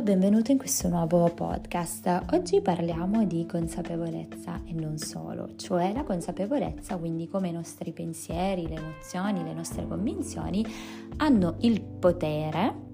Ciao, benvenuto in questo nuovo podcast. Oggi parliamo di consapevolezza e non solo, cioè la consapevolezza, quindi come i nostri pensieri, le emozioni, le nostre convinzioni hanno il potere,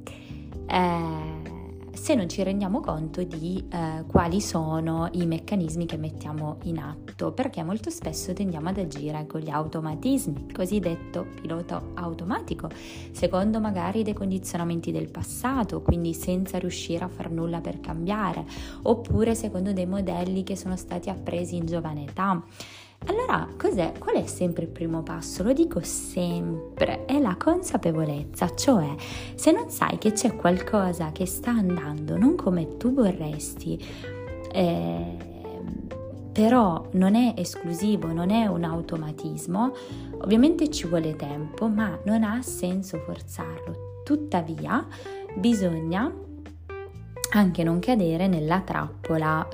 se non ci rendiamo conto di quali sono i meccanismi che mettiamo in atto, perché molto spesso tendiamo ad agire con gli automatismi, cosiddetto pilota automatico, secondo magari dei condizionamenti del passato, quindi senza riuscire a far nulla per cambiare, oppure secondo dei modelli che sono stati appresi in giovane età. Allora, qual è sempre il primo passo? Lo dico sempre, è la consapevolezza, cioè se non sai che c'è qualcosa che sta andando non come tu vorresti, però non è esclusivo, non è un automatismo, ovviamente ci vuole tempo, ma non ha senso forzarlo. Tuttavia, bisogna anche non cadere nella trappola,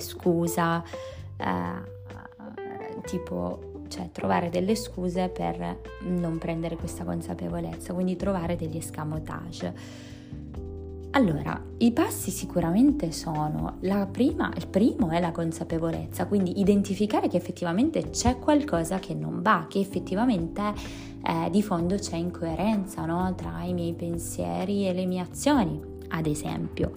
trovare delle scuse per non prendere questa consapevolezza, quindi trovare degli escamotage. Allora, i passi sicuramente sono, il primo è la consapevolezza, quindi identificare che effettivamente c'è qualcosa che non va, che effettivamente di fondo c'è incoerenza, no? Tra i miei pensieri e le mie azioni. Ad esempio,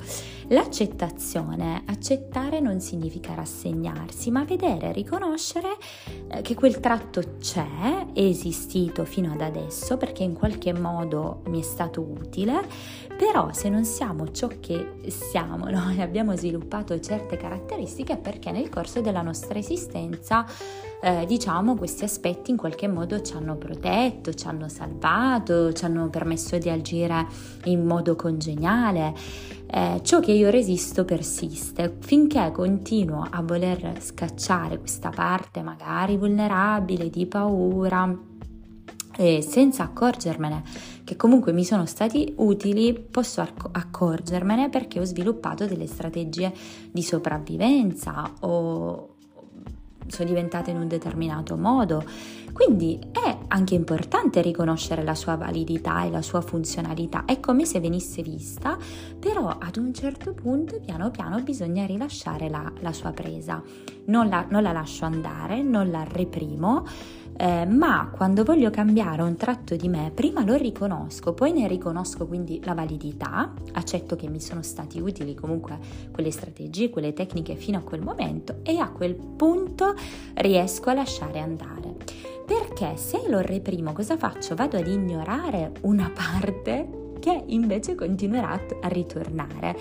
accettare non significa rassegnarsi, ma vedere, riconoscere che quel tratto c'è, è esistito fino ad adesso perché in qualche modo mi è stato utile, però se non siamo ciò che siamo, no? E abbiamo sviluppato certe caratteristiche perché nel corso della nostra esistenza questi aspetti in qualche modo ci hanno protetto, ci hanno salvato, ci hanno permesso di agire in modo congeniale. Ciò che io resisto persiste finché continuo a voler scacciare questa parte magari vulnerabile, di paura, e senza accorgermene che comunque mi sono stati utili. Posso accorgermene perché ho sviluppato delle strategie di sopravvivenza o sono diventata in un determinato modo. Quindi è anche importante riconoscere la sua validità e la sua funzionalità, è come se venisse vista, però ad un certo punto piano piano bisogna rilasciare la sua presa, non la lascio andare, non la reprimo, ma quando voglio cambiare un tratto di me prima lo riconosco, poi ne riconosco quindi la validità, accetto che mi sono stati utili comunque quelle strategie, quelle tecniche fino a quel momento, e a quel punto riesco a lasciare andare. Perché se lo reprimo cosa faccio? Vado ad ignorare una parte che invece continuerà a ritornare.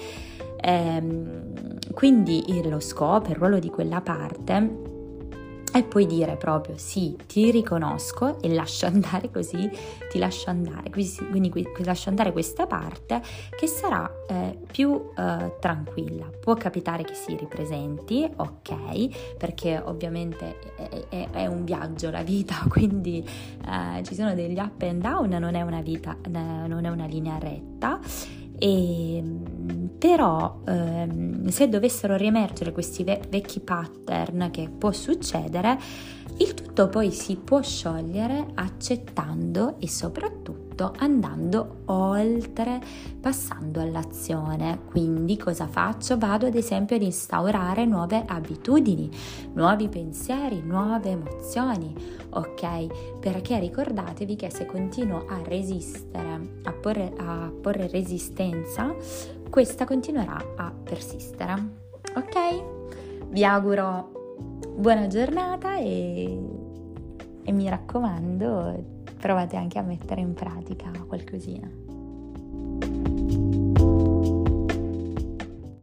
Quindi lo scopo, il ruolo di quella parte è poi dire proprio sì, ti riconosco e lascio andare, così ti lascio andare, quindi lascio andare questa parte che sarà più tranquilla. Può capitare che si ripresenti, ok, perché ovviamente è un viaggio la vita, quindi ci sono degli up and down, non è una vita, non è una linea retta. Però se dovessero riemergere questi vecchi pattern, che può succedere, il tutto poi si può sciogliere accettando e soprattutto andando oltre, passando all'azione. Quindi cosa faccio? Vado ad esempio ad instaurare nuove abitudini, nuovi pensieri, nuove emozioni, ok? Perché ricordatevi che se continuo a resistere, a porre resistenza, questa continuerà a persistere, ok? Vi auguro buona giornata e mi raccomando, provate anche a mettere in pratica qualcosina.